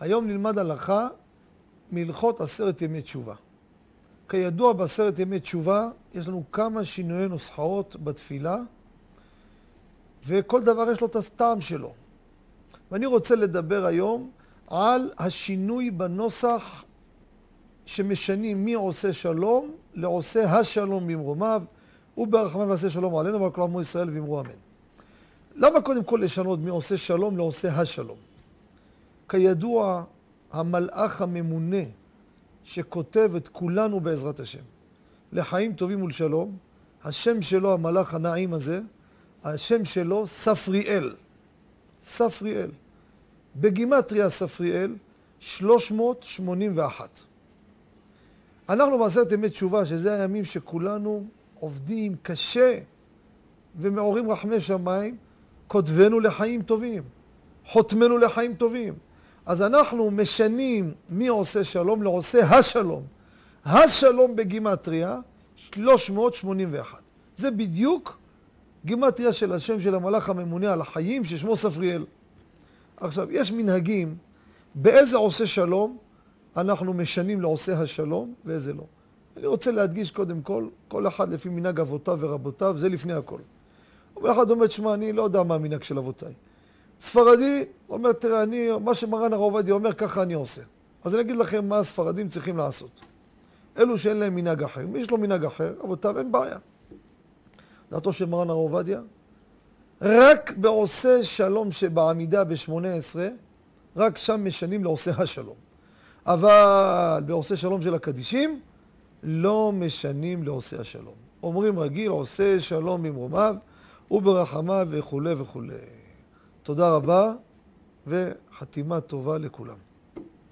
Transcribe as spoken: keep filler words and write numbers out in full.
היום נלמד הלכה מהלכות עשרת ימי תשובה. כידוע בעשרת ימי תשובה יש לנו כמה שינויי נוסחאות בתפילה, וכל דבר יש לו את הטעם שלו. ואני רוצה לדבר היום על השינוי בנוסח שמשנים מי עושה שלום לעושה השלום במרומיו, וברחמיו ועשה שלום עלינו ועל כל עמו ישראל ואמרו אמן. למה קודם כל לשנות מי עושה שלום לעושה השלום? כידוע המלאך הממונה שכותב את כולנו בעזרת השם לחיים טובים ולשלום, השם שלו, המלאך הנעים הזה, השם שלו ספריאל. ספריאל. בגימטריה ספריאל שלוש מאות שמונים ואחת. אנחנו בעשרת ימי תשובה, שזה הימים שכולנו עובדים קשה ומעורים רחמי שמיים, כותבנו לחיים טובים, חותמנו לחיים טובים. אז אנחנו משנים מי עושה שלום לעושה השלום. השלום בגימטריה שלוש מאות שמונים ואחת. זה בדיוק גימטריה של השם של המלאך הממונה על החיים ששמו ספריאל. עכשיו, יש מנהגים באיזה עושה שלום אנחנו משנים לעושה השלום ואיזה לא. אני רוצה להדגיש קודם כל, כל אחד לפי מנהג אבותיו ורבותיו, זה לפני הכל. אבל אחד אומר, שמה, אני לא יודע מה המנהג של אבותיי. ספרדי אומר, תראה, אני, מה שמרן הרב עובדיה אומר, ככה אני עושה. אז אני אגיד לכם מה הספרדים צריכים לעשות. אלו שאין להם מנהג אחר. מי יש לו מנהג אחר, אבותיו אין בעיה. דעתו של מרן הרב עובדיה, רק בעושה שלום שבעמידה ב-שמונה עשרה, רק שם משנים לעושה השלום. אבל בעושה שלום של הקדישים, לא משנים לעושה השלום. אומרים רגיל, עושה שלום במרומיו וברחמיו וכו' וכו'. תודה רבה וחתימה טובה לכולם.